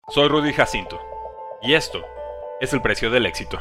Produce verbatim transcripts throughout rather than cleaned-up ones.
Soy Rudy Jacinto, y esto es el precio del éxito.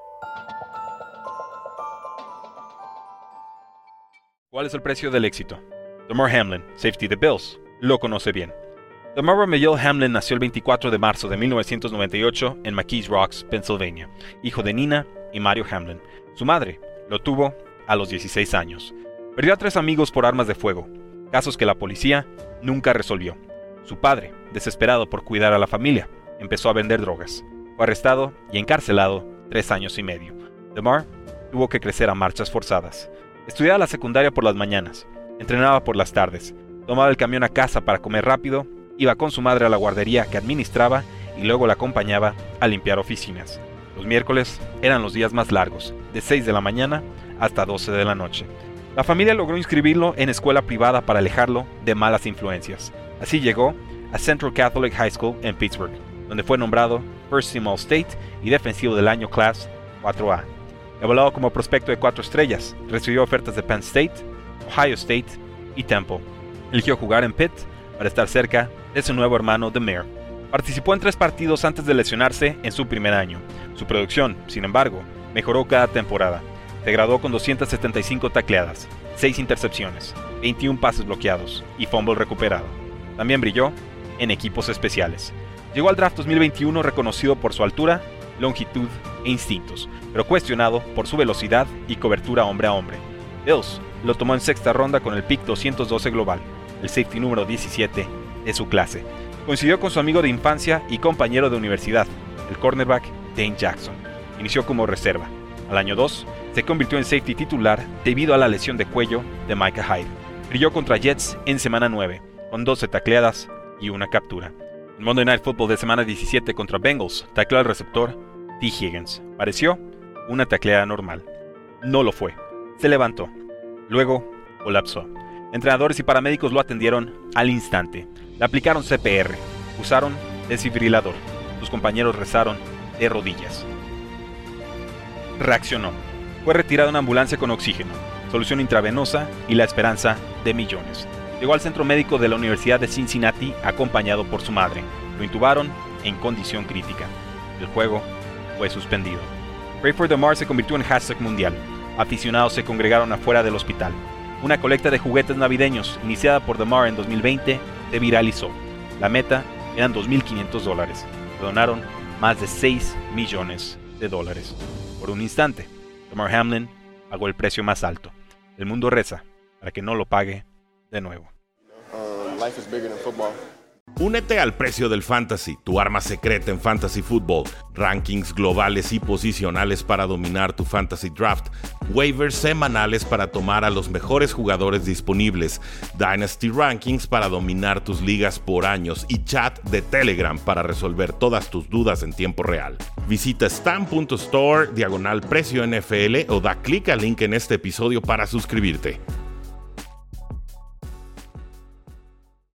¿Cuál es el precio del éxito? Damar Hamlin, safety de Bills, lo conoce bien. Damar Ramil Hamlin nació el veinticuatro de marzo de mil novecientos noventa y ocho en McKees Rocks, Pennsylvania, hijo de Nina y Mario Hamlin. Su madre lo tuvo a los dieciséis años. Perdió a tres amigos por armas de fuego, casos que la policía nunca resolvió. Su padre, desesperado por cuidar a la familia, empezó a vender drogas. Fue arrestado y encarcelado tres años y medio. Damar tuvo que crecer a marchas forzadas. Estudiaba la secundaria por las mañanas, entrenaba por las tardes, tomaba el camión a casa para comer rápido, iba con su madre a la guardería que administraba y luego la acompañaba a limpiar oficinas. Los miércoles eran los días más largos, de seis de la mañana hasta doce de la noche. La familia logró inscribirlo en escuela privada para alejarlo de malas influencias. Así llegó a Central Catholic High School en Pittsburgh, donde fue nombrado First Team All-State y defensivo del año Class cuatro A. Evaluado como prospecto de cuatro estrellas, recibió ofertas de Penn State, Ohio State y Temple. Eligió jugar en Pitt para estar cerca de su nuevo hermano Damar. Participó en tres partidos antes de lesionarse en su primer año. Su producción, sin embargo, mejoró cada temporada. Se graduó con doscientas setenta y cinco tacleadas, seis intercepciones, veintiún pases bloqueados y fumble recuperado. También brilló en equipos especiales. Llegó al draft dos mil veintiuno reconocido por su altura, longitud e instintos, pero cuestionado por su velocidad y cobertura hombre a hombre. Bills lo tomó en sexta ronda con el pick doscientos doce global, el safety número diecisiete de su clase. Coincidió con su amigo de infancia y compañero de universidad, el cornerback Dane Jackson. Inició como reserva. Al año dos, se convirtió en safety titular debido a la lesión de cuello de Micah Hyde. Brilló contra Jets en semana nueve, con doce tacleadas y una captura. En Monday Night Football de semana diecisiete contra Bengals, tacleó al receptor T. Higgins. Pareció una tacleada normal. No lo fue. Se levantó. Luego, colapsó. Entrenadores y paramédicos lo atendieron al instante. Le aplicaron C P R. Usaron desfibrilador. Sus compañeros rezaron de rodillas. Reaccionó. Fue retirado en ambulancia con oxígeno, solución intravenosa y la esperanza de millones. Llegó al centro médico de la Universidad de Cincinnati acompañado por su madre. Lo intubaron en condición crítica. El juego fue suspendido. Pray for Damar se convirtió en hashtag mundial. Aficionados se congregaron afuera del hospital. Una colecta de juguetes navideños iniciada por Damar en dos mil veinte se viralizó. La meta eran dos mil quinientos dólares. Se donaron más de seis millones de dólares. Por un instante, Damar Hamlin pagó el precio más alto. El mundo reza para que no lo pague de nuevo. Um, life is bigger than football. Únete al precio del fantasy, tu arma secreta en fantasy football, rankings globales y posicionales para dominar tu fantasy draft, waivers semanales para tomar a los mejores jugadores disponibles, dynasty rankings para dominar tus ligas por años y chat de Telegram para resolver todas tus dudas en tiempo real. Visita stan punto store diagonal precio N F L o da clic al link en este episodio para suscribirte.